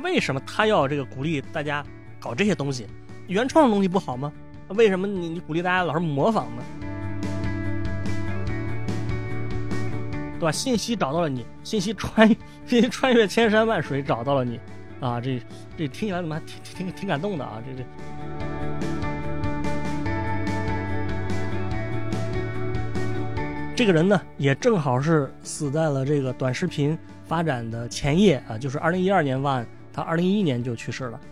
为什么他要这个鼓励大家搞这些东西？原创的东西不好吗？为什么你鼓励大家老是模仿呢？对吧？信息找到了你，信息穿越千山万水找到了你啊！这听起来怎么还挺感动的啊！这个人呢，也正好是死在了这个短视频发展的前夜啊，就是2012年万，他2011年就去世了。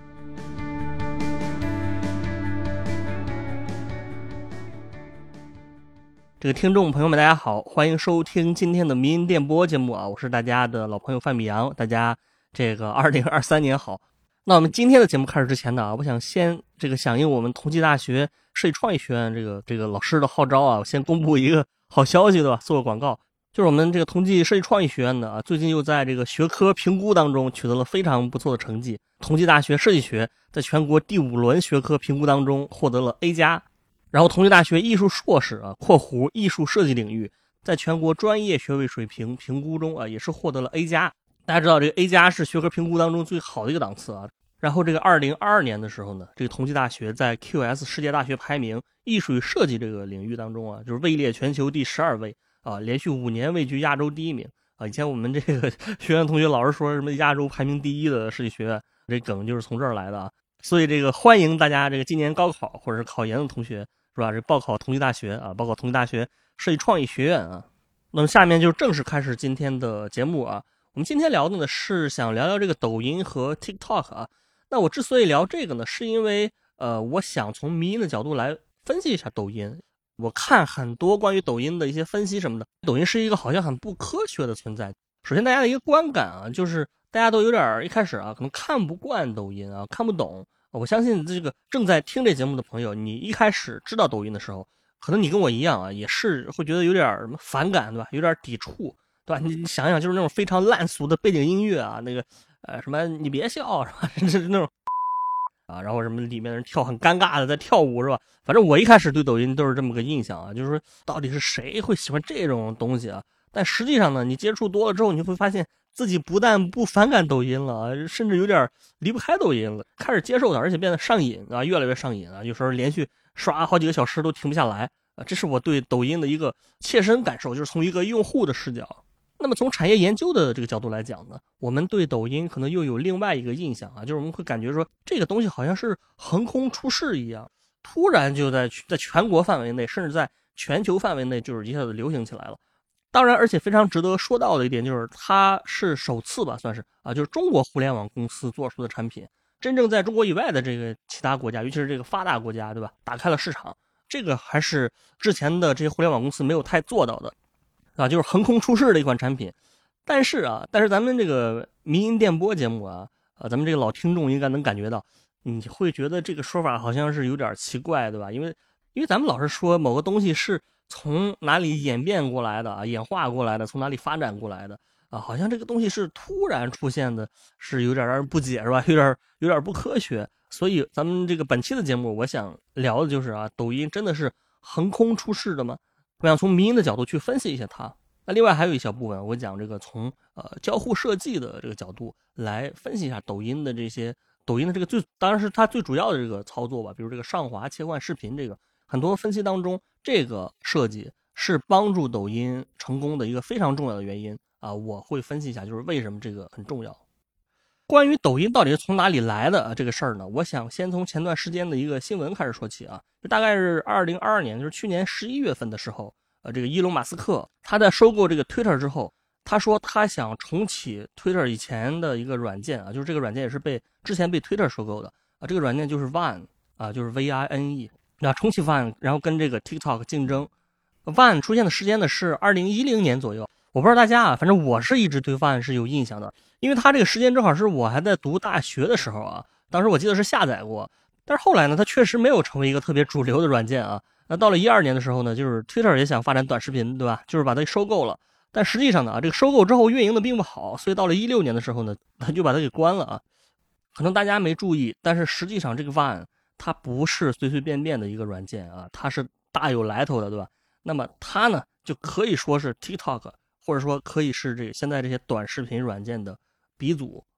这个听众朋友们大家好，欢迎收听今天的迷音电波节目啊，我是大家的老朋友范米阳，大家这个2023年好。那我们今天的节目开始之前呢，我想先响应我们同济大学设计创意学院这个老师的号召啊，我先公布一个好消息，对吧？做个广告，就是我们这个同济设计创意学院呢，最近又在这个学科评估当中取得了非常不错的成绩。同济大学设计学在全国第5轮学科评估当中获得了 A+， 然后同济大学艺术硕士啊（艺术设计领域）在全国专业学位水平评估中啊也是获得了 A+。大家知道这个 A+ 是学科评估当中最好的一个档次啊。然后这个2022年的时候呢，这个同济大学在 QS 世界大学排名艺术与设计这个领域当中啊，就是位列全球第12位啊，连续5年位居亚洲第1名啊。以前我们这个学院同学老是说什么亚洲排名第1的设计学院，这梗就是从这儿来的啊。所以这个欢迎大家这个今年高考或者是考研的同学是吧，这报考同济大学啊，报考同济大学设计创意学院啊。那么下面就正式开始今天的节目啊。我们今天聊的呢是想聊聊这个抖音和 TikTok 啊。那我之所以聊这个呢，是因为我想从迷因的角度来分析一下抖音。我看很多关于抖音的一些分析什么的，抖音是一个好像很不科学的存在。首先大家的一个观感啊，就是大家都有点一开始啊可能看不惯抖音啊，看不懂。我相信这个正在听这节目的朋友，你一开始知道抖音的时候，可能你跟我一样啊，也是会觉得有点什么反感，对吧？有点抵触，对吧？你想想，就是那种非常烂俗的背景音乐啊，那个什么你别笑是吧？是那种啊，然后什么里面的人跳很尴尬的在跳舞是吧？反正我一开始对抖音都是这么个印象啊，就是说到底是谁会喜欢这种东西啊？但实际上呢，你接触多了之后，你会发现自己不但不反感抖音了啊，甚至有点离不开抖音了，开始接受的，而且变得上瘾啊，越来越上瘾啊，有时候连续刷好几个小时都停不下来啊。这是我对抖音的一个切身感受，就是从一个用户的视角。那么从产业研究的这个角度来讲呢，我们对抖音可能又有另外一个印象啊，就是我们会感觉说这个东西好像是横空出世一样，突然就在全国范围内，甚至在全球范围内就是一下子流行起来了。当然，而且非常值得说到的一点就是，它是首次吧，算是啊，就是中国互联网公司做出的产品，真正在中国以外的这个其他国家，尤其是这个发达国家，对吧？打开了市场，这个还是之前的这些互联网公司没有太做到的。啊，就是横空出世的一款产品。但是咱们这个迷音电波节目啊，咱们这个老听众应该能感觉到，你会觉得这个说法好像是有点奇怪，对吧？因为咱们老是说某个东西是从哪里演变过来的啊，演化过来的，从哪里发展过来的啊，好像这个东西是突然出现的，是有点让人不解，是吧？有点不科学。所以咱们这个本期的节目，我想聊的就是啊，抖音真的是横空出世的吗？我想从迷因的角度去分析一下它。那另外还有一小部分，我讲这个从交互设计的这个角度来分析一下抖音的这个当然是它最主要的这个操作吧，比如这个上滑切换视频，这个很多分析当中，这个设计是帮助抖音成功的一个非常重要的原因啊。我会分析一下，就是为什么这个很重要。关于抖音到底是从哪里来的这个事儿呢，我想先从前段时间的一个新闻开始说起啊，就大概是2022年，就是去年11月份的时候，这个伊隆马斯克他在收购这个 Twitter 之后，他说他想重启 Twitter 以前的一个软件啊，就是这个软件也是之前被 Twitter 收购的啊，这个软件就是 Vine 啊，就是 VINE， 那重启 Vine， 然后跟这个 TikTok 竞争。Vine 出现的时间呢是2010年左右，我不知道大家啊，反正我是一直对 Vine 是有印象的，因为它这个时间正好是我还在读大学的时候啊，当时我记得是下载过，但是后来呢，它确实没有成为一个特别主流的软件啊。那到了12年的时候呢，就是 Twitter 也想发展短视频，对吧？就是把它收购了，但实际上呢，这个收购之后运营的并不好，所以到了16年的时候呢，他就把它给关了啊。可能大家没注意，但是实际上这个 Vine 它不是随随便便的一个软件啊，它是大有来头的，对吧？那么它呢，就可以说是 TikTok， 或者说可以是这个现在这些短视频软件的鼻祖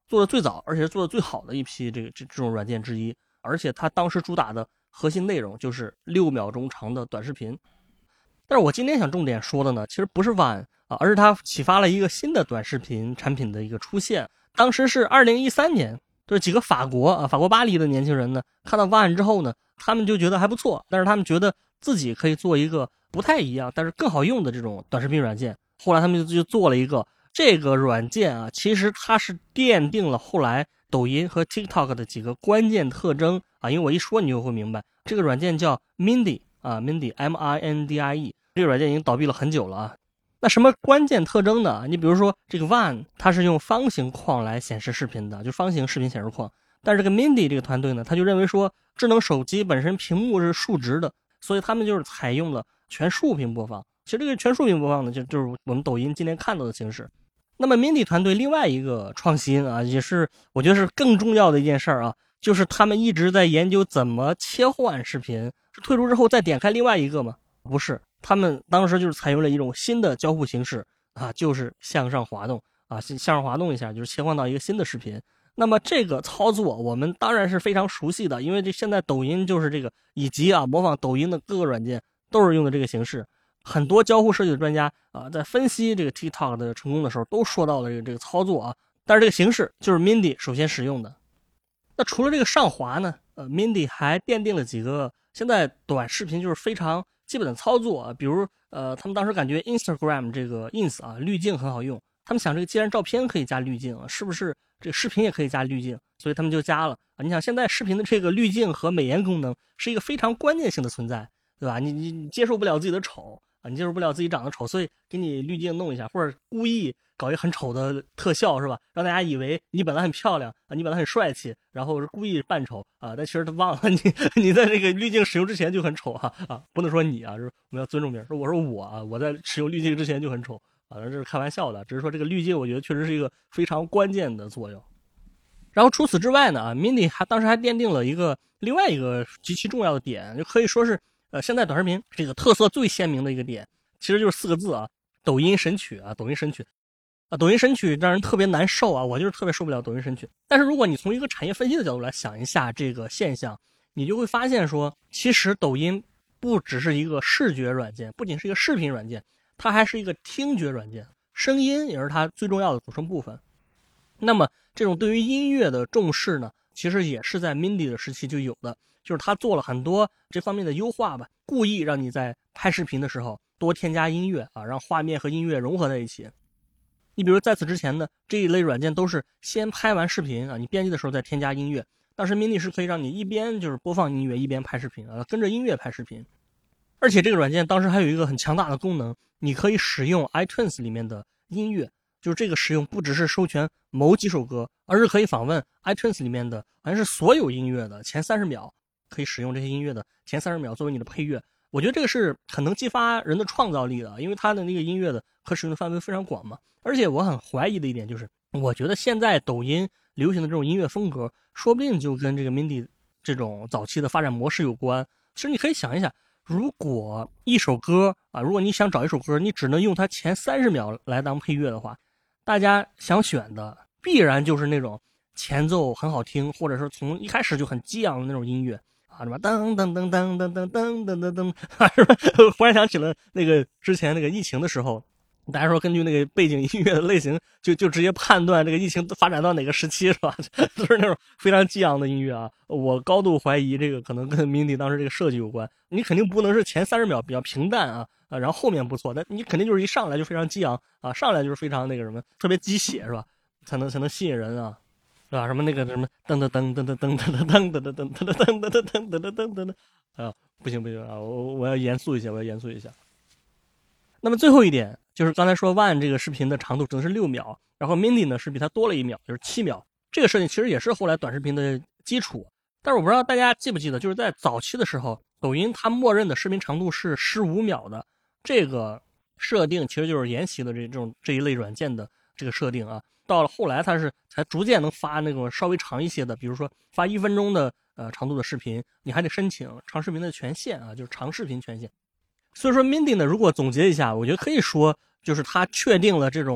做的最早，而且是做的最好的一批这种软件之一。而且它当时主打的核心内容就是6秒钟长的短视频。但是我今天想重点说的呢，其实不是 Vine 啊，而是它启发了一个新的短视频产品的一个出现。当时是2013年，就是几个法国巴黎的年轻人呢，看到 Vine 之后呢，他们就觉得还不错，但是他们觉得自己可以做一个不太一样，但是更好用的这种短视频软件。后来他们就做了一个这个软件啊，其实它是奠定了后来抖音和 TikTok 的几个关键特征啊，因为我一说你就会明白，这个软件叫 Mindy 啊 ，Mindy MINDIE， 这个软件已经倒闭了很久了啊。那什么关键特征呢？你比如说这个 Vine 它是用方形框来显示视频的，就方形视频显示框。但是这个 Mindy 这个团队呢，他就认为说智能手机本身屏幕是竖直的，所以他们就是采用了全竖屏播放。其实这个全竖屏播放呢，就是我们抖音今天看到的形式。那么 Mindy 团队另外一个创新啊，也是我觉得是更重要的一件事啊，就是他们一直在研究怎么切换视频。是退出之后再点开另外一个吗？不是，他们当时就是采用了一种新的交互形式啊，就是向上滑动啊，向上滑动一下就是切换到一个新的视频。那么这个操作我们当然是非常熟悉的，因为这现在抖音就是这个，以及模仿抖音的各个软件都是用的这个形式。很多交互设计的专家在分析这个 TikTok 的成功的时候都说到了这个操作啊，但是这个形式就是 Mindy 首先使用的。那除了这个上滑呢，Mindy 还奠定了几个现在短视频就是非常基本的操作啊，比如他们当时感觉 Instagram 这个 Ins 啊滤镜很好用，他们想这个既然照片可以加滤镜是不是这个视频也可以加滤镜，所以他们就加了啊。你想现在视频的这个滤镜和美颜功能是一个非常关键性的存在，对吧？你接受不了自己的丑啊，你接受不了自己长得丑，所以给你滤镜弄一下，或者故意搞一个很丑的特效是吧？让大家以为你本来很漂亮啊，你本来很帅气，然后是故意扮丑啊，但其实他忘了你在这个滤镜使用之前就很丑不能说你啊，是我们要尊重别人，说我说我在使用滤镜之前就很丑啊，这是开玩笑的，只是说这个滤镜我觉得确实是一个非常关键的作用。然后除此之外呢，Mindy 当时还奠定了另外一个极其重要的点，就可以说是现在短视频这个特色最鲜明的一个点，其实就是4个字啊，抖音神曲啊，抖音神曲啊，抖音神曲让人特别难受啊，我就是特别受不了抖音神曲。但是如果你从一个产业分析的角度来想一下这个现象，你就会发现说，其实抖音不只是一个视觉软件，不仅是一个视频软件，它还是一个听觉软件，声音也是它最重要的组成部分。那么这种对于音乐的重视呢，其实也是在 Mindy 的时期就有的，就是他做了很多这方面的优化吧，故意让你在拍视频的时候多添加音乐啊，让画面和音乐融合在一起。你比如在此之前呢，这一类软件都是先拍完视频啊，你编辑的时候再添加音乐。但是 Mindy 是可以让你一边就是播放音乐一边拍视频啊，跟着音乐拍视频。而且这个软件当时还有一个很强大的功能，你可以使用 iTunes 里面的音乐，就是这个使用不只是授权某几首歌，而是可以访问 iTunes 里面的好像是所有音乐的前30秒，可以使用这些音乐的前30秒作为你的配乐。我觉得这个是很能激发人的创造力的，因为它的那个音乐的可使用的范围非常广嘛。而且我很怀疑的一点就是，我觉得现在抖音流行的这种音乐风格，说不定就跟这个 Mindy 这种早期的发展模式有关。其实你可以想一想，如果一首歌啊，如果你想找一首歌，你只能用它前30秒来当配乐的话，大家想选的必然就是那种前奏很好听，或者是从一开始就很激昂的那种音乐啊，什么噔噔噔噔噔噔噔噔噔噔啊，是吧？忽然想起了那个之前那个疫情的时候，大家说根据那个背景音乐的类型，就直接判断这个疫情发展到哪个时期，是吧？都是那种非常激昂的音乐啊。我高度怀疑这个可能跟 Mindy 当时这个设计有关。你肯定不能是前30秒比较平淡然后后面不错，但你肯定就是一上来就非常激昂啊，上来就是非常那个什么，特别鸡血，是吧？才能吸引人啊。是吧？什么那个什么噔噔噔噔噔噔噔噔噔噔噔噔噔噔噔噔噔啊！不行啊！我要严肃一下，那么最后一点就是刚才说 Vine 这个视频的长度只能是6秒，然后 Mindy 呢是比它多了1秒，就是7秒。这个设定其实也是后来短视频的基础，但是我不知道大家记不记得，就是在早期的时候，抖音它默认的视频长度是15秒的，这个设定其实就是沿袭了这一类软件的这个设定啊。到了后来，它是才逐渐能发那种稍微长一些的，比如说发1分钟的长度的视频，你还得申请长视频的权限啊，就是长视频权限。所以说 Mindy 呢，如果总结一下，我觉得可以说就是它确定了这种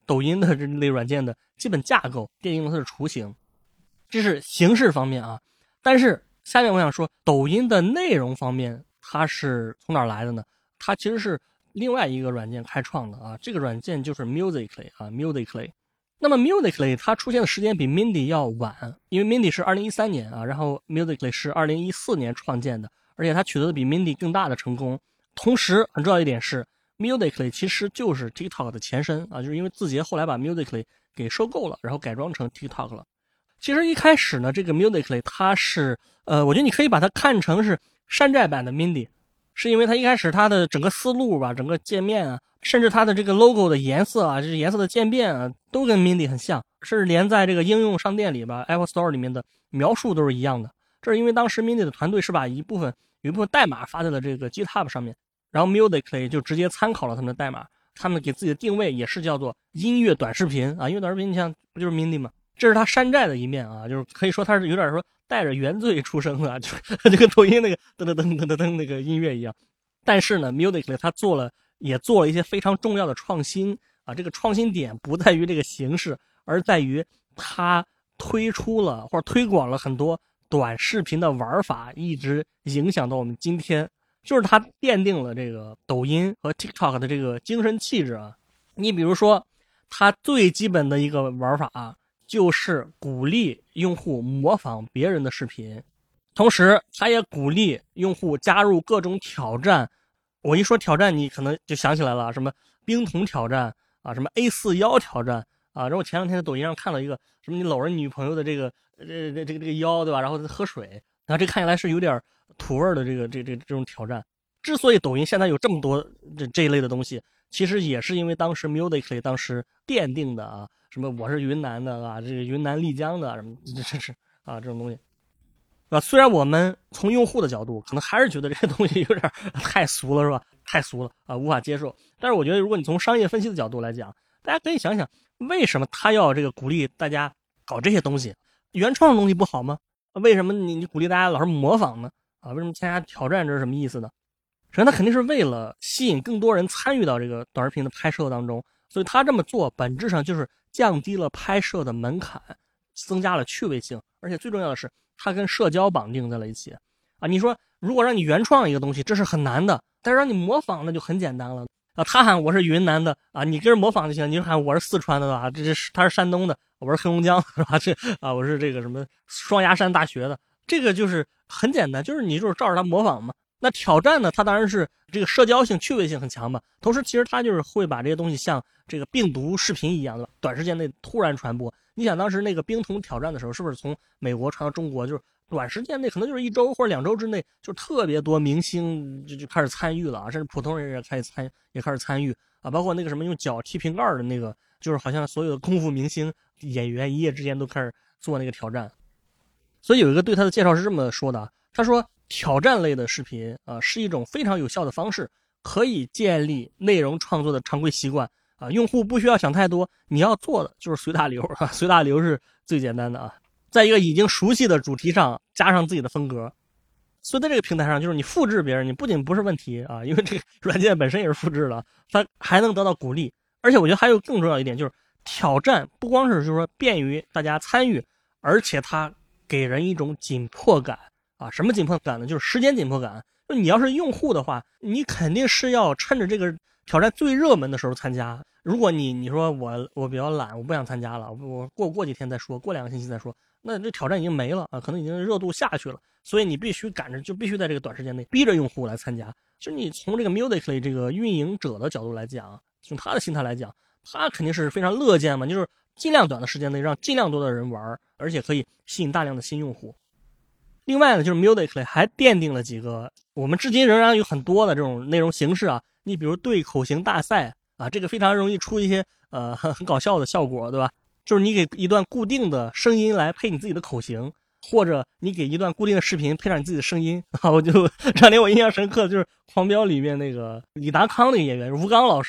抖音的这类软件的基本架构，奠定了它的雏形。这是形式方面啊。但是下面我想说，抖音的内容方面它是从哪儿来的呢？它其实是另外一个软件开创的啊，这个软件就是 Musical.ly 啊 Musical.ly。那么 Musical.ly 它出现的时间比 Mindy 要晚，因为 Mindy 是2013年啊，然后 Musical.ly 是2014年创建的，而且它取得的比 Mindy 更大的成功。同时很重要一点是 Musical.ly 其实就是 TikTok 的前身啊，就是因为字节后来把 Musical.ly 给收购了，然后改装成 TikTok 了。其实一开始呢，这个 Musical.ly 它是我觉得你可以把它看成是山寨版的 Mindy， 是因为它一开始它的整个思路吧，整个界面啊，甚至它的这个 logo 的颜色啊，就是颜色的渐变啊，都跟 Mindy 很像，甚至连在这个应用商店里吧 Apple Store 里面的描述都是一样的。这是因为当时 Mindy 的团队是把有一部分代码发在了这个 GitHub 上面，然后 Musical.ly 就直接参考了他们的代码，他们给自己的定位也是叫做音乐短视频啊，音乐短视频你像不就是 Mindy 吗？这是他山寨的一面啊，就是可以说他是有点说带着原罪出生的，就跟抖音那个噔噔噔噔噔噔那个音乐一样。但是呢 Musical.ly 他也做了一些非常重要的创新啊，这个创新点不在于这个形式，而在于他推出了或者推广了很多短视频的玩法，一直影响到我们今天，就是他奠定了这个抖音和 TikTok 的这个精神气质啊。你比如说他最基本的一个玩法啊，就是鼓励用户模仿别人的视频，同时他也鼓励用户加入各种挑战。我一说挑战你可能就想起来了，什么冰桶挑战啊，什么 A4 腰挑战啊，然后我前两天在抖音上看了一个什么你搂人女朋友的这个腰，对吧，然后喝水，然后这看起来是有点土味的这种挑战。之所以抖音现在有这么多这一类的东西，其实也是因为当时 Musical.ly 当时奠定的啊，什么我是云南的啊，这个云南丽江的什么这是啊这种东西。虽然我们从用户的角度可能还是觉得这些东西有点太俗了，是吧？太俗了啊，无法接受。但是我觉得如果你从商业分析的角度来讲，大家可以想想为什么他要这个鼓励大家搞这些东西？原创的东西不好吗？为什么你鼓励大家老是模仿呢？啊，为什么参加挑战这是什么意思呢？首先他肯定是为了吸引更多人参与到这个短视频的拍摄当中，所以他这么做本质上就是降低了拍摄的门槛，增加了趣味性，而且最重要的是它跟社交绑定在了一起啊。你说如果让你原创一个东西，这是很难的，但是让你模仿那就很简单了啊。他喊我是云南的啊，你跟着模仿就行。你就喊我是四川的吧，他是山东的，我是黑龙江是吧？我是这个什么双崖山大学的，这个就是很简单，就是你就是照着他模仿嘛。那挑战呢，它当然是这个社交性趣味性很强嘛，同时其实它就是会把这些东西像这个病毒视频一样的短时间内突然传播。你想当时那个冰桶挑战的时候，是不是从美国传到中国，就是短时间内可能就是1周或者2周之内，就特别多明星就开始参与了啊，甚至普通人也开始参与啊，包括那个什么用脚踢瓶盖的那个，就是好像所有的功夫明星演员一夜之间都开始做那个挑战。所以有一个对他的介绍是这么说的，他说挑战类的视频是一种非常有效的方式，可以建立内容创作的常规习惯啊。用户不需要想太多，你要做的就是随大流啊，随大流是最简单的啊。在一个已经熟悉的主题上加上自己的风格，所以在这个平台上，就是你复制别人，你不仅不是问题啊，因为这个软件本身也是复制的，它还能得到鼓励。而且我觉得还有更重要一点，就是挑战不光是就是说便于大家参与，而且它给人一种紧迫感啊。什么紧迫感呢？就是时间紧迫感。就你要是用户的话，你肯定是要趁着这个挑战最热门的时候参加。如果你说我比较懒，我不想参加了，我过几天再说，过2个星期再说，那这挑战已经没了啊，可能已经热度下去了。所以你必须赶着，就必须在这个短时间内逼着用户来参加。就你从这个 Musical.ly 这个运营者的角度来讲，从他的心态来讲，他肯定是非常乐见嘛，就是尽量短的时间内让尽量多的人玩，而且可以吸引大量的新用户。另外呢，就是 Musical.ly 还奠定了几个我们至今仍然有很多的这种内容形式啊。你比如对口型大赛啊，这个非常容易出一些很搞笑的效果，对吧？就是你给一段固定的声音来配你自己的口型，或者你给一段固定的视频配上你自己的声音啊。我就这两天我印象深刻的就是《狂飙》里面那个李达康那个演员吴刚老师的，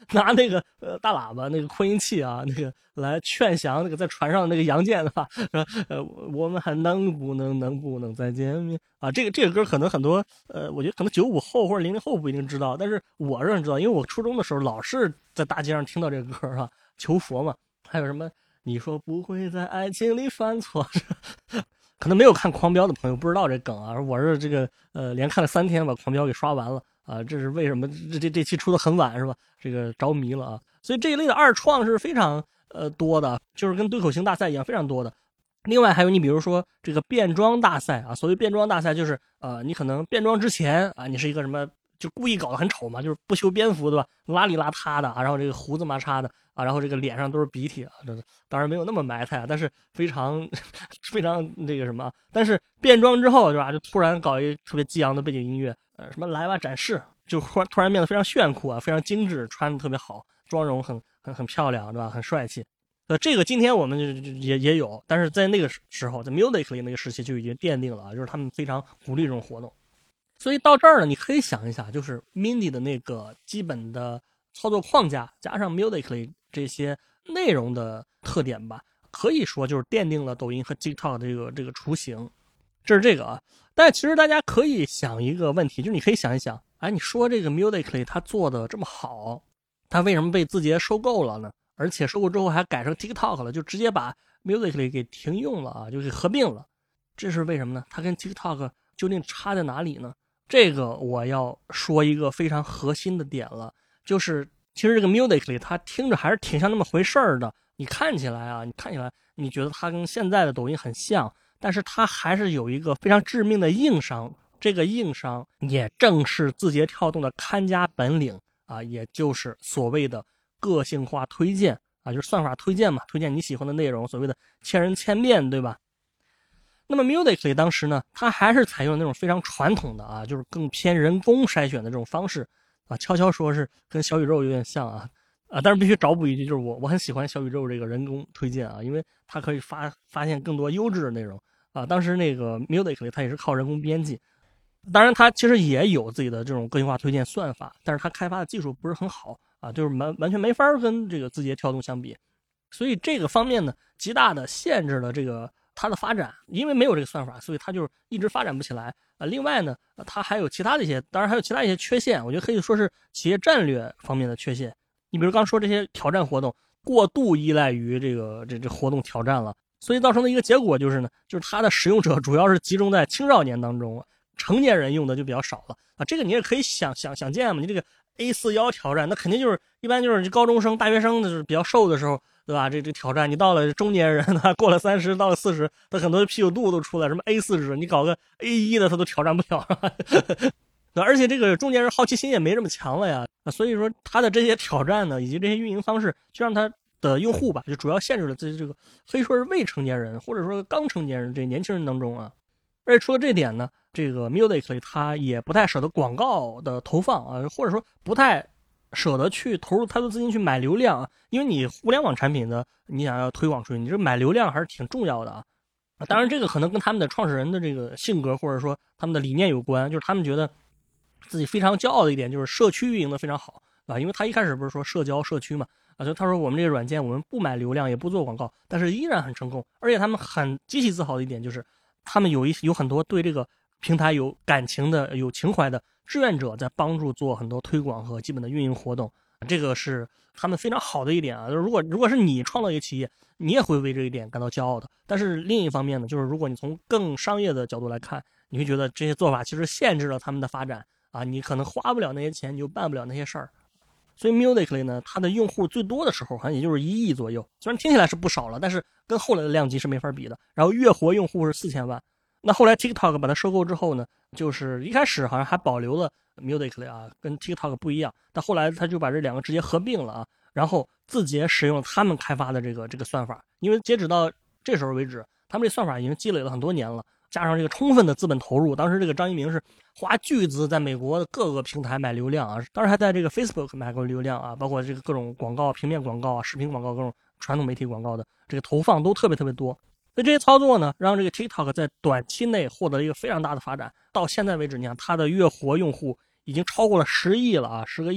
拿那个大喇叭那个扩音器啊，那个来劝降那个在船上那个杨健的话，说我们还能不能再见面啊？这个歌可能很多我觉得可能95后或者00后不一定知道，但是我认知道，因为我初中的时候老是在大街上听到这个歌啊，求佛嘛，还有什么你说不会在爱情里犯错。可能没有看《狂飙》的朋友不知道这梗啊，我是这个连看了3天把《狂飙》给刷完了啊，这是为什么？这期出的很晚是吧？这个着迷了啊，所以这一类的二创是非常多的，就是跟对口型大赛一样非常多的。另外还有你比如说这个变装大赛啊，所谓变装大赛就是你可能变装之前啊，你是一个什么？就故意搞得很丑嘛，就是不修边幅对吧？邋里邋遢的啊，然后这个胡子麻叉的啊，然后这个脸上都是鼻涕啊，这当然没有那么埋汰啊，但是非常非常这个什么，但是变装之后对吧，就突然搞一特别激昂的背景音乐，什么来吧展示，就突然变得非常炫酷啊，非常精致，穿的特别好，妆容很漂亮对吧？很帅气。这个今天我们也有，但是在那个时候，在 Musical.ly 那个时期就已经奠定了啊，就是他们非常鼓励这种活动。所以到这儿呢，你可以想一下，就是 Mindy 的那个基本的操作框架，加上 Musical.ly 这些内容的特点吧，可以说就是奠定了抖音和 TikTok 的这个雏形。这是这个啊，但其实大家可以想一个问题，就是你可以想一想，哎，你说这个 Musical.ly 它做的这么好，它为什么被字节收购了呢？而且收购之后还改成 TikTok 了，就直接把 Musical.ly 给停用了啊，就给合并了。这是为什么呢？它跟 TikTok 究竟差在哪里呢？这个我要说一个非常核心的点了，就是其实这个 Musical.ly 它听着还是挺像那么回事儿的。你看起来你觉得它跟现在的抖音很像，但是它还是有一个非常致命的硬伤。这个硬伤也正是字节跳动的看家本领啊，也就是所谓的个性化推荐啊，就是算法推荐嘛，推荐你喜欢的内容，所谓的千人千面，对吧？那么 Musical.ly 当时呢，它还是采用那种非常传统的啊，就是更偏人工筛选的这种方式啊，悄悄说是跟小宇宙有点像啊，但是必须找补一句，就是我很喜欢小宇宙这个人工推荐啊，因为它可以发现更多优质的内容啊。当时那个 Musical.ly 它也是靠人工编辑，当然它其实也有自己的这种个性化推荐算法，但是它开发的技术不是很好啊，就是完全没法跟这个字节跳动相比，所以这个方面呢，极大的限制了这个它的发展，因为没有这个算法，所以它就是一直发展不起来啊。另外呢，它还有其他的一些，当然还有其他一些缺陷，我觉得可以说是企业战略方面的缺陷。你比如刚说这些挑战活动过度依赖于这活动挑战了，所以造成的一个结果就是呢，就是它的使用者主要是集中在青少年当中，成年人用的就比较少了啊。这个你也可以想见嘛，你这个 A41挑战，那肯定就是一般就是高中生、大学生就是比较瘦的时候。对吧？这挑战，你到了中年人啊，过了30，到了40，他很多啤酒肚都出来，什么 A40，你搞个 A1的他都挑战不了。对，而且这个中年人好奇心也没这么强了呀，所以说他的这些挑战呢，以及这些运营方式，就让他的用户吧，就主要限制了这个可以说是未成年人或者说刚成年人这年轻人当中啊。而且除了这点呢，这个 Musical.ly 它也不太舍得广告的投放啊，或者说不太舍得去投入太多资金去买流量啊，因为你互联网产品的你想要推广出去，你这买流量还是挺重要的啊。当然这个可能跟他们的创始人的这个性格或者说他们的理念有关，就是他们觉得自己非常骄傲的一点就是社区运营的非常好啊，因为他一开始不是说社交社区嘛啊，就他说我们这个软件我们不买流量也不做广告，但是依然很成功，而且他们很极其自豪的一点就是他们有很多对这个平台有感情的有情怀的志愿者在帮助做很多推广和基本的运营活动，这个是他们非常好的一点啊。就是如果是你创造一个企业，你也会为这一点感到骄傲的。但是另一方面呢，就是如果你从更商业的角度来看，你会觉得这些做法其实限制了他们的发展啊，你可能花不了那些钱，你就办不了那些事儿。所以 Musical.ly 呢，它的用户最多的时候好像也就是1亿左右，虽然听起来是不少了，但是跟后来的量级是没法比的。然后月活用户是4000万。那后来 TikTok 把它收购之后呢，就是一开始好像还保留了 Musical.ly 啊，跟 TikTok 不一样，但后来他就把这两个直接合并了啊，然后字节使用他们开发的这个算法，因为截止到这时候为止，他们这算法已经积累了很多年了，加上这个充分的资本投入，当时这个张一鸣是花巨资在美国的各个平台买流量啊，当时还在这个 Facebook 买过流量啊，包括这个各种广告、平面广告啊、视频广告、各种传统媒体广告的这个投放都特别多。所以这些操作呢，让这个 TikTok 在短期内获得了一个非常大的发展。到现在为止，你看它的月活用户已经超过了10亿了啊，10个亿，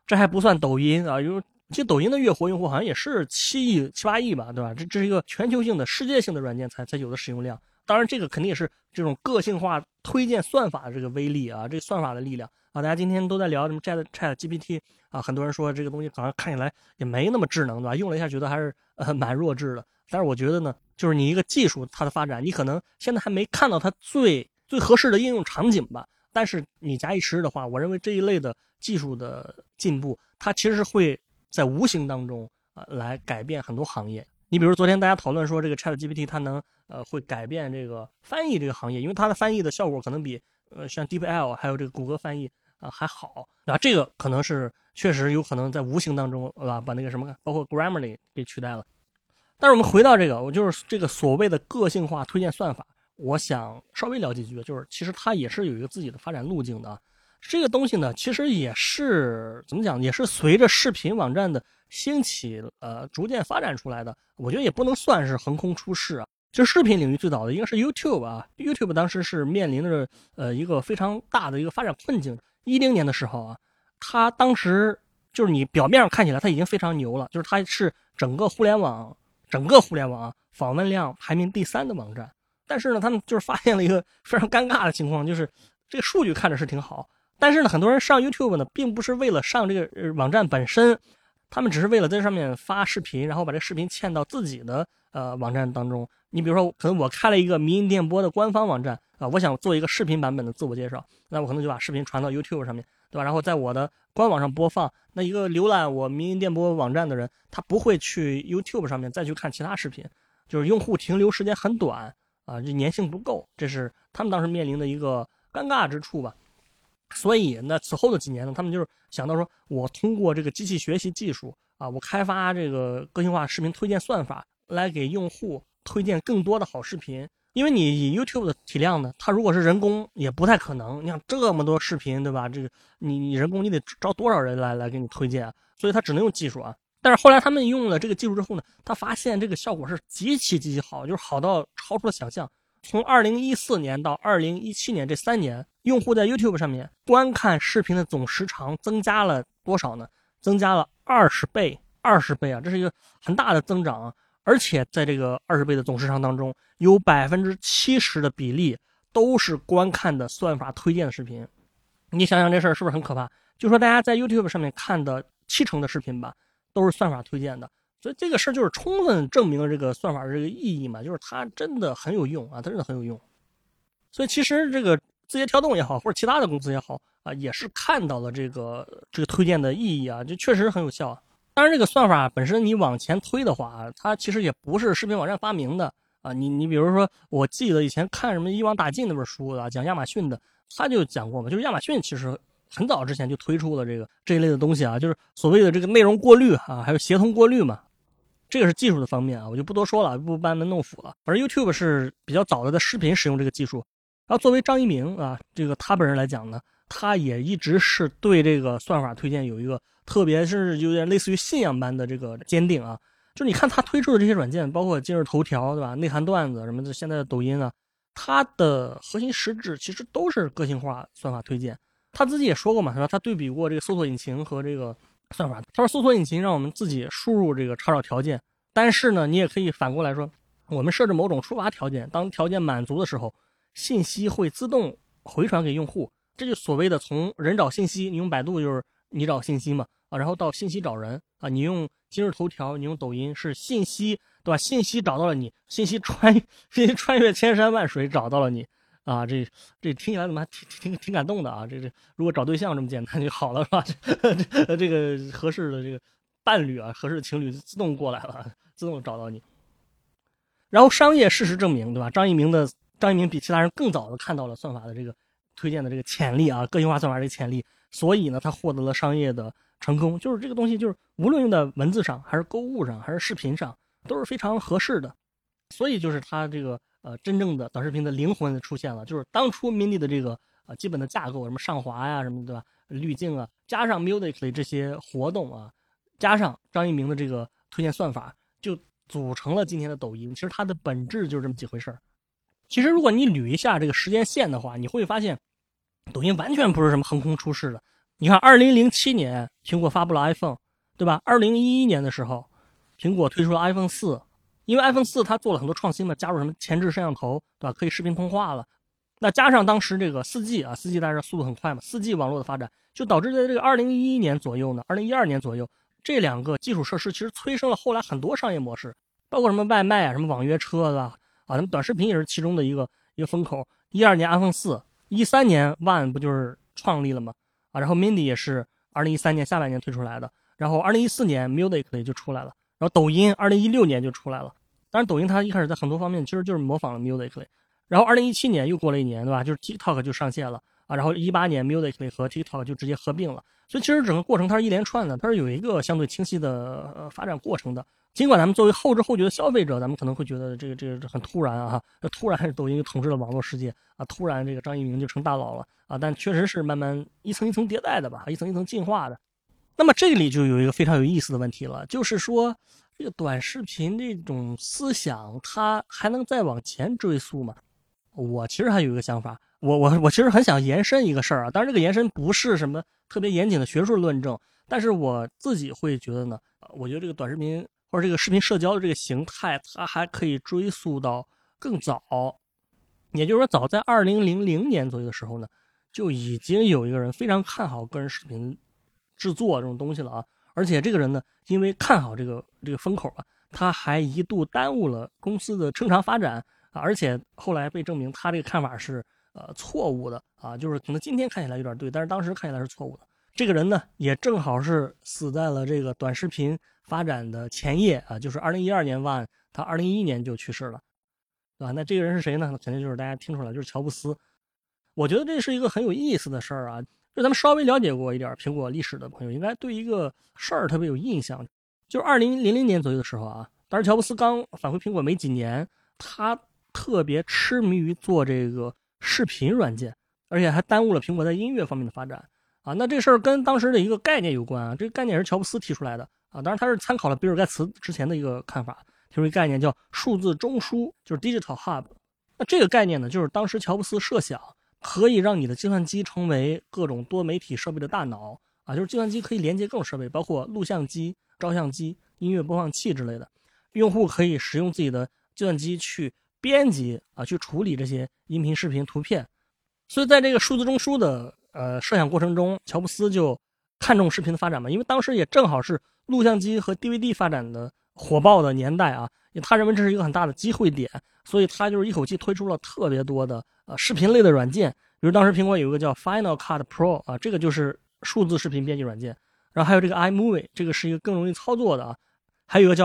这还不算抖音啊，其实抖音的月活用户好像也是7亿、7、8亿吧，对吧？这是一个全球性的、世界性的软件才有的使用量。当然，这个肯定也是这种个性化推荐算法的这个威力啊，这个算法的力量啊。大家今天都在聊什么 ChatGPT 啊，很多人说这个东西好像看起来也没那么智能，对吧？用了一下觉得还是蛮弱智的。但是我觉得呢，就是你一个技术它的发展，你可能现在还没看到它最合适的应用场景吧。但是你假以时日的话，我认为这一类的技术的进步，它其实是会在无形当中来改变很多行业。你比如昨天大家讨论说这个 ChatGPT 它能会改变这个翻译这个行业，因为它的翻译的效果可能比像 DeepL 还有这个谷歌翻译还好啊，这个可能是确实有可能在无形当中把那个什么包括 Grammarly 给取代了。但是我们回到这个，我就是这个所谓的个性化推荐算法，我想稍微聊几句，就是其实它也是有一个自己的发展路径的。这个东西呢，其实也是怎么讲，也是随着视频网站的兴起，逐渐发展出来的。我觉得也不能算是横空出世啊。就视频领域最早的应该是 YouTube 啊 ，YouTube 当时是面临着一个非常大的一个发展困境。10年的时候啊，它当时就是你表面上看起来它已经非常牛了，就是它是整个互联网访问量排名第3的网站。但是呢，他们就是发现了一个非常尴尬的情况，就是这个数据看着是挺好。但是呢，很多人上 YouTube 呢，并不是为了上这个网站本身，他们只是为了在上面发视频，然后把这视频嵌到自己的网站当中。你比如说，可能我开了一个迷音电波的官方网站我想做一个视频版本的自我介绍，那我可能就把视频传到 YouTube 上面，对吧？然后在我的官网上播放。那一个浏览我迷音电波网站的人，他不会去 YouTube 上面再去看其他视频，就是用户停留时间很短啊，这粘性不够，这是他们当时面临的一个尴尬之处吧。所以那此后的几年呢，他们就是想到说，我通过这个机器学习技术我开发这个个性化视频推荐算法，来给用户推荐更多的好视频。因为你以 YouTube 的体量呢，它如果是人工也不太可能。你想这么多视频，对吧？这个你人工你得招多少人来给你推荐所以它只能用技术啊。但是后来他们用了这个技术之后呢，他发现这个效果是极其好，就是好到超出了想象。从2014年到2017年这3年，用户在 YouTube 上面观看视频的总时长增加了多少呢？增加了20倍，20倍啊，这是一个很大的增长啊！而且在这个20倍的总时长当中，有70%的比例都是观看的算法推荐的视频。你想想这事儿是不是很可怕？就说大家在 YouTube 上面看的70%的视频吧，都是算法推荐的。所以这个事儿就是充分证明了这个算法的这个意义嘛，就是它真的很有用啊，它真的很有用。所以其实这个字节跳动也好，或者其他的公司也好也是看到了这个推荐的意义啊，就确实很有效。当然，这个算法本身你往前推的话，它其实也不是视频网站发明的啊。你比如说，我记得以前看什么《一网打尽》那本书讲亚马逊的，他就讲过嘛，就是亚马逊其实很早之前就推出了这一类的东西啊，就是所谓的这个内容过滤还有协同过滤嘛。这个是技术的方面我就不多说了，不班门弄斧了。而 YouTube 是比较早的在视频使用这个技术。然后作为张一鸣这个他本人来讲呢，他也一直是对这个算法推荐有一个特别是有点类似于信仰般的这个坚定啊。就是你看他推出的这些软件，包括今日头条，对吧？内涵段子什么的，现在的抖音它的核心实质其实都是个性化算法推荐。他自己也说过嘛，他对比过这个搜索引擎和这个算法。他说搜索引擎让我们自己输入这个查找条件，但是呢，你也可以反过来说，我们设置某种触发条件，当条件满足的时候，信息会自动回传给用户。这就所谓的从人找信息，你用百度就是你找信息嘛然后到信息找人你用今日头条，你用抖音是信息，对吧？信息找到了你，信息穿越千山万水找到了你这听起来怎么还挺感动的这如果找对象这么简单就好了是吧？这个合适的这个伴侣合适的情侣自动过来了，自动找到你。然后商业事实证明，对吧？张一鸣比其他人更早的看到了算法的这个推荐的这个潜力个性化算法这个潜力，所以呢，他获得了商业的成功。就是这个东西，就是无论用在文字上，还是购物上，还是视频上，都是非常合适的。所以就是它这个真正的短视频的灵魂出现了，就是当初 Mini 的这个基本的架构，什么上滑呀什么对吧，滤镜加上 Musical.ly 这些活动加上张一鸣的这个推荐算法，就组成了今天的抖音。其实它的本质就是这么几回事儿。其实如果你捋一下这个时间线的话，你会发现抖音完全不是什么横空出世的。 你看2007年苹果发布了 iPhone， 对吧？2011年的时候，苹果推出了 iPhone 4，因为 iPhone 4它做了很多创新嘛，加入什么前置摄像头，对吧？可以视频通话了。那加上当时这个 4G 啊，4G 大家速度很快嘛，4G 网络的发展，就导致在这个2011年左右呢，2012年左右，这两个基础设施其实催生了后来很多商业模式，包括什么外卖啊，什么网约车啊，那么短视频也是其中的一个风口。12年 iPhone 4， 13年 One 不就是创立了吗？然后 Mini 也是2013年下半年推出来的，然后2014年 Musical.ly 就出来了，然后抖音2016年就出来了。当然，抖音它一开始在很多方面其实就是模仿了 Musical.ly， 然后2017年又过了一年，对吧？就是 TikTok 就上线了然后18年 Musical.ly 和 TikTok 就直接合并了。所以其实整个过程它是一连串的，它是有一个相对清晰的发展过程的。尽管咱们作为后知后觉的消费者，咱们可能会觉得这个很突然啊，突然抖音就统治了网络世界突然这个张一鸣就成大佬了但确实是慢慢一层一层迭代的吧，一层一层进化的。那么这里就有一个非常有意思的问题了，就是说这个短视频这种思想，它还能再往前追溯吗？我其实还有一个想法，我其实很想延伸一个事儿当然这个延伸不是什么特别严谨的学术论证，但是我自己会觉得呢，我觉得这个短视频或者这个视频社交的这个形态，它还可以追溯到更早，也就是说，早在2000年左右的时候呢，就已经有一个人非常看好个人视频制作这种东西了而且这个人呢，因为看好这个风口他还一度耽误了公司的正常发展而且后来被证明他这个看法是错误的就是可能今天看起来有点对，但是当时看起来是错误的。这个人呢，也正好是死在了这个短视频发展的前夜就是2012年One，他2011年就去世了。那这个人是谁呢？肯定就是大家听出来，就是乔布斯。我觉得这是一个很有意思的事儿就咱们稍微了解过一点苹果历史的朋友，应该对一个事儿特别有印象。就是2000年左右的时候当时乔布斯刚返回苹果没几年，他特别痴迷于做这个视频软件，而且还耽误了苹果在音乐方面的发展那这事儿跟当时的一个概念有关这个概念是乔布斯提出来的当然他是参考了比尔盖茨之前的一个看法，提出一个概念叫数字中枢，就是 Digital Hub。那这个概念呢，就是当时乔布斯设想可以让你的计算机成为各种多媒体设备的大脑就是计算机可以连接各种设备，包括录像机、照相机、音乐播放器之类的。用户可以使用自己的计算机去编辑去处理这些音频、视频、图片。所以在这个数字中枢的设想过程中，乔布斯就看重视频的发展嘛，因为当时也正好是录像机和 DVD 发展的火爆的年代他认为这是一个很大的机会点，所以他就是一口气推出了特别多的视频类的软件，比如当时苹果有一个叫 Final Cut Pro 这个就是数字视频编辑软件，然后还有这个 iMovie， 这个是一个更容易操作的还有一个叫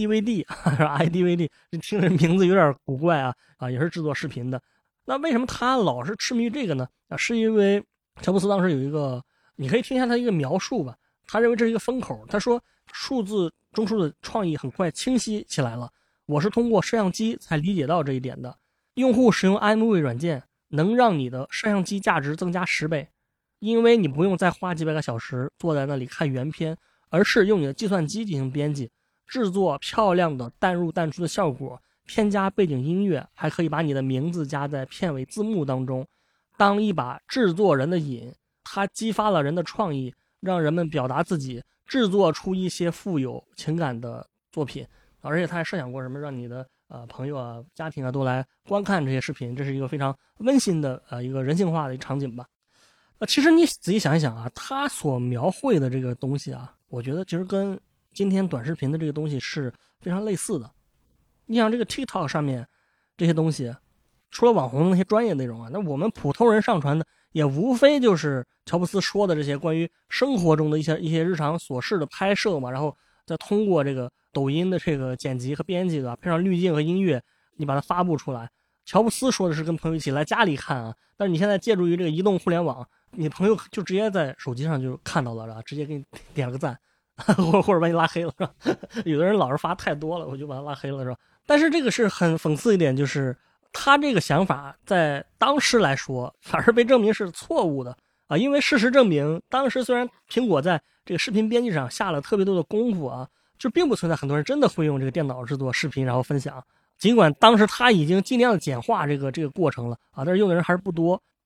iDVD，iDVD 这听着名字有点古怪也是制作视频的。那为什么他老是痴迷于这个呢？是因为乔布斯当时有一个，你可以听一下他一个描述吧。他认为这是一个风口，他说数字中枢的创意很快清晰起来了。我是通过摄像机才理解到这一点的。用户使用 iMovie 软件能让你的摄像机价值增加10倍，因为你不用再花几百个小时坐在那里看原片，而是用你的计算机进行编辑，制作漂亮的淡入淡出的效果，添加背景音乐，还可以把你的名字加在片尾字幕当中，当一把制作人的瘾，它激发了人的创意，让人们表达自己，制作出一些富有情感的作品。而且他还设想过什么让你的朋友家庭都来观看这些视频，这是一个非常温馨的一个人性化的一个场景吧。其实你仔细想一想他所描绘的这个东西我觉得其实跟今天短视频的这个东西是非常类似的。你像这个 TikTok 上面这些东西，除了网红的那些专业内容那我们普通人上传的也无非就是乔布斯说的这些关于生活中的一些日常琐事的拍摄嘛，然后再通过这个抖音的这个剪辑和编辑配上滤镜和音乐，你把它发布出来。乔布斯说的是跟朋友一起来家里看但是你现在借助于这个移动互联网，你朋友就直接在手机上就看到了直接给你点了个赞或者把你拉黑了是吧？有的人老是发太多了，我就把他拉黑了是吧？但是这个是很讽刺一点，就是他这个想法在当时来说反而被证明是错误的因为事实证明，当时虽然苹果在这个视频编辑上下了特别多的功夫就并不存在很多人真的会用这个电脑制作视频然后分享。尽管当时他已经尽量的简化这个过程了但是用的人还是不多。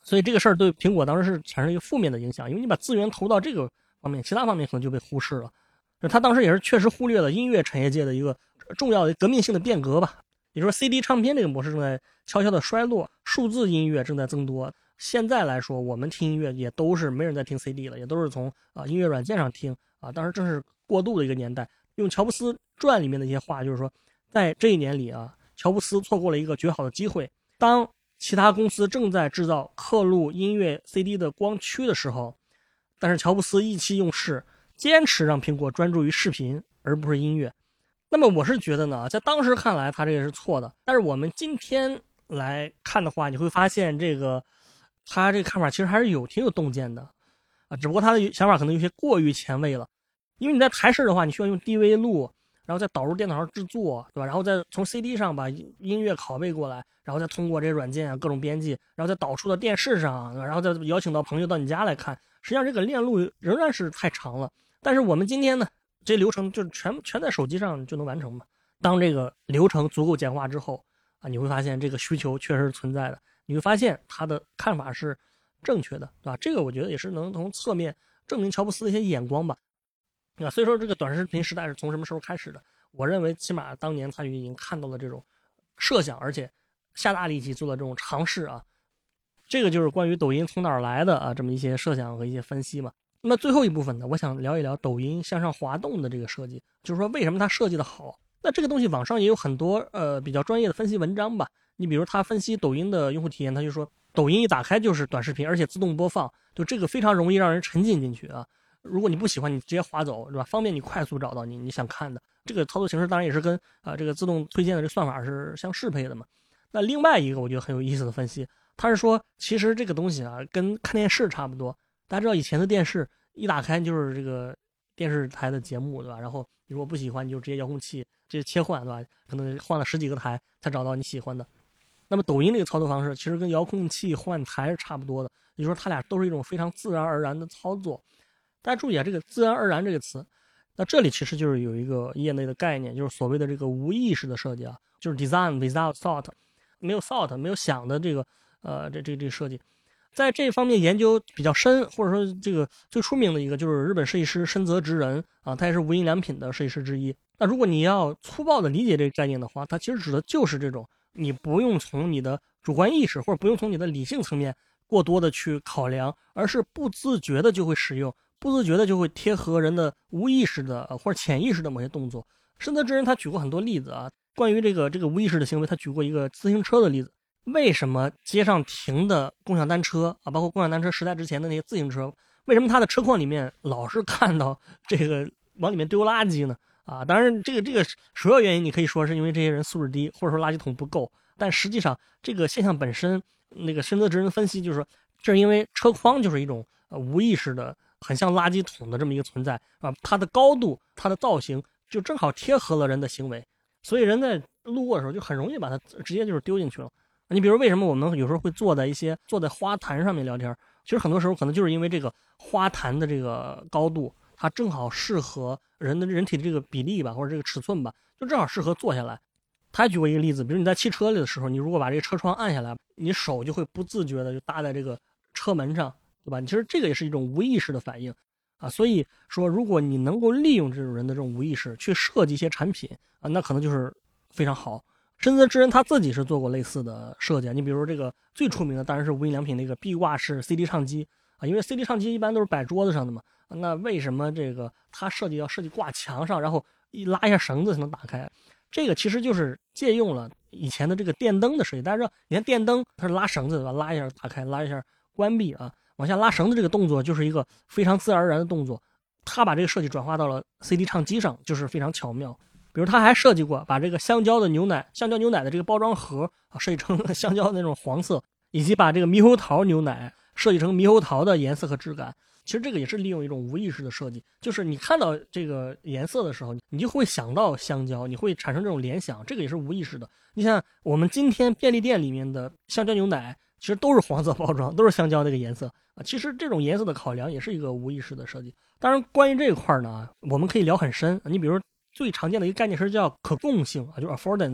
所以这个事儿对苹果当时是产生一个负面的影响，因为你把资源投到这个方面，其他方面可能就被忽视了。他当时也是确实忽略了音乐产业界的一个重要的革命性的变革吧。也就是说 CD 唱片这个模式正在悄悄的衰落，数字音乐正在增多。现在来说，我们听音乐也都是没人在听 CD 了，也都是从音乐软件上听啊。当时正是过渡的一个年代。用乔布斯传里面的一些话，就是说，在这一年里啊，乔布斯错过了一个绝好的机会。当其他公司正在制造刻录音乐 CD 的光驱的时候，但是乔布斯意气用事，坚持让苹果专注于视频而不是音乐。那么我是觉得呢，在当时看来他这个是错的，但是我们今天来看的话，你会发现他这个看法其实还是挺有洞见的啊，只不过他的想法可能有些过于前卫了。因为你在台式的话，你需要用 DV 录，然后再导入电脑上制作，对吧？然后再从 CD 上把音乐拷贝过来，然后再通过这些软件啊各种编辑，然后再导出到电视上，然后再邀请到朋友到你家来看。实际上这个链路仍然是太长了。但是我们今天呢，这流程就全在手机上就能完成嘛。当这个流程足够简化之后啊，你会发现这个需求确实是存在的，你会发现他的看法是正确的，对吧？这个我觉得也是能从侧面证明乔布斯的一些眼光吧。所以说这个短视频时代是从什么时候开始的？我认为起码当年他就已经看到了这种设想，而且下大力气做了这种尝试啊。这个就是关于抖音从哪儿来的啊，这么一些设想和一些分析嘛。那么最后一部分呢，我想聊一聊抖音向上滑动的这个设计，就是说为什么它设计的好。那这个东西网上也有很多比较专业的分析文章吧。你比如他分析抖音的用户体验，他就说抖音一打开就是短视频，而且自动播放，就这个非常容易让人沉浸进去啊。如果你不喜欢，你直接滑走，是吧？方便你快速找到你想看的。这个操作形式当然也是跟这个自动推荐的这个算法是相适配的嘛。那另外一个我觉得很有意思的分析，他是说其实这个东西啊跟看电视差不多。大家知道以前的电视一打开就是这个电视台的节目，对吧？然后你如果不喜欢，你就直接遥控器直接切换，对吧？可能换了10几个台才找到你喜欢的。那么抖音这个操作方式其实跟遥控器换台是差不多的，也就是说它俩都是一种非常自然而然的操作。大家注意啊，这个自然而然这个词，那这里其实就是有一个业内的概念，就是所谓的这个无意识的设计啊，就是 design without thought， 没有 thought， 没有想的这个这设计。在这方面研究比较深，或者说这个最出名的一个就是日本设计师深泽直人啊，他也是无印良品的设计师之一。那如果你要粗暴的理解这个概念的话，它其实指的就是这种你不用从你的主观意识或者不用从你的理性层面过多的去考量，而是不自觉的就会使用。不自觉的就会贴合人的无意识的或者潜意识的某些动作。深泽直人他举过很多例子啊，关于这个无意识的行为，他举过一个自行车的例子。为什么街上停的共享单车啊，包括共享单车时代之前的那些自行车，为什么他的车况里面老是看到这个往里面丢垃圾呢？啊，当然这个首要原因你可以说是因为这些人素质低，或者说垃圾桶不够，但实际上这个现象本身，那个深泽直人分析就是说，这是因为车筐就是一种无意识的。很像垃圾桶的这么一个存在啊，它的高度、它的造型就正好贴合了人的行为，所以人在路过的时候就很容易把它直接就是丢进去了。你比如为什么我们有时候会坐在花坛上面聊天？其实很多时候可能就是因为这个花坛的这个高度，它正好适合人体的这个比例吧，或者这个尺寸吧，就正好适合坐下来。他还举过一个例子，比如你在汽车里的时候，你如果把这个车窗按下来，你手就会不自觉的就搭在这个车门上。对吧？其实这个也是一种无意识的反应啊，所以说，如果你能够利用这种人的这种无意识去设计一些产品啊，那可能就是非常好。深泽直人他自己是做过类似的设计，你比如这个最出名的当然是无印良品那个壁挂式 CD 唱机啊，因为 CD 唱机一般都是摆桌子上的嘛，那为什么这个他设计挂墙上，然后一拉一下绳子才能打开？这个其实就是借用了以前的这个电灯的设计。大家知道，以前电灯它是拉绳子对吧？拉一下打开，拉一下关闭啊。往下拉绳子这个动作就是一个非常自然而然的动作，他把这个设计转化到了 CD 唱机上，就是非常巧妙。比如他还设计过把这个香蕉牛奶的这个包装盒设计成香蕉的那种黄色，以及把这个猕猴桃牛奶设计成猕猴桃的颜色和质感。其实这个也是利用一种无意识的设计，就是你看到这个颜色的时候，你就会想到香蕉，你会产生这种联想，这个也是无意识的。你像我们今天便利店里面的香蕉牛奶，其实都是黄色包装，都是香蕉那个颜色啊。其实这种颜色的考量也是一个无意识的设计。当然，关于这一块呢，我们可以聊很深。你比如最常见的一个概念是叫可供性啊，就是 affordance。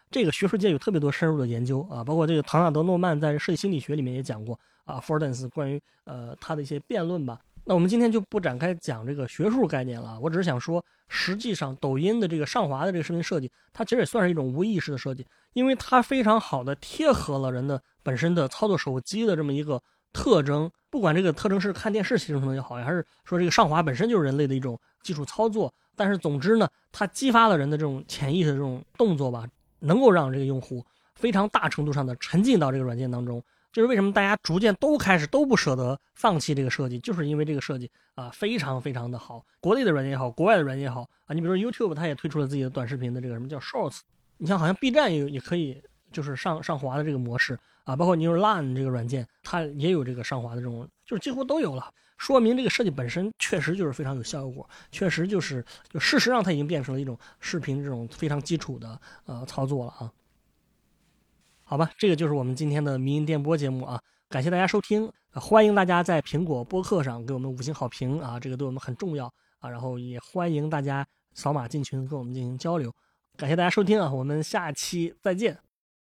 这个学术界有特别多深入的研究啊，包括这个唐纳德·诺曼在设计心理学里面也讲过啊 ，Affordance 关于他的一些辩论吧。那我们今天就不展开讲这个学术概念了，我只是想说，实际上抖音的这个上滑的这个视频设计，它其实也算是一种无意识的设计，因为它非常好的贴合了人的本身的操作手机的这么一个特征，不管这个特征是看电视形成的也好，还是说这个上滑本身就是人类的一种技术操作，但是总之呢，它激发了人的这种潜意识的这种动作吧，能够让这个用户非常大程度上的沉浸到这个软件当中。就是为什么大家逐渐都开始都不舍得放弃这个设计，就是因为这个设计啊非常非常的好，国内的软件也好，国外的软件也好啊，你比如说 YouTube 它也推出了自己的短视频的这个什么叫 Shorts， 你像好像 B 站也可以就是上滑的这个模式啊，包括你用 Line 这个软件它也有这个上滑的这种，就是几乎都有了，说明这个设计本身确实就是非常有效果，确实就事实上它已经变成了一种视频这种非常基础的操作了啊。好吧，这个就是我们今天的迷音电波节目啊，感谢大家收听，欢迎大家在苹果播客上给我们5星好评啊，这个对我们很重要啊，然后也欢迎大家扫码进群跟我们进行交流，感谢大家收听啊，我们下期再见。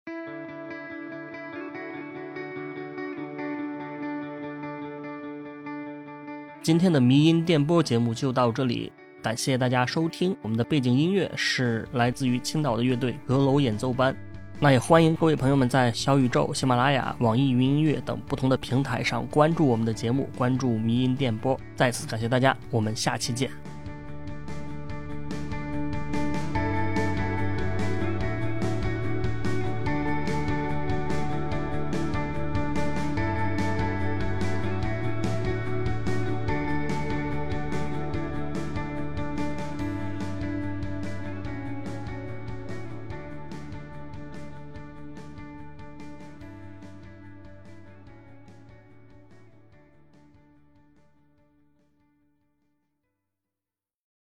今天的迷音电波节目就到这里，感谢大家收听，我们的背景音乐是来自于青岛的乐队阁楼演奏班。那也欢迎各位朋友们在小宇宙、喜马拉雅、网易云音乐等不同的平台上关注我们的节目，关注迷音电波。再次感谢大家，我们下期见。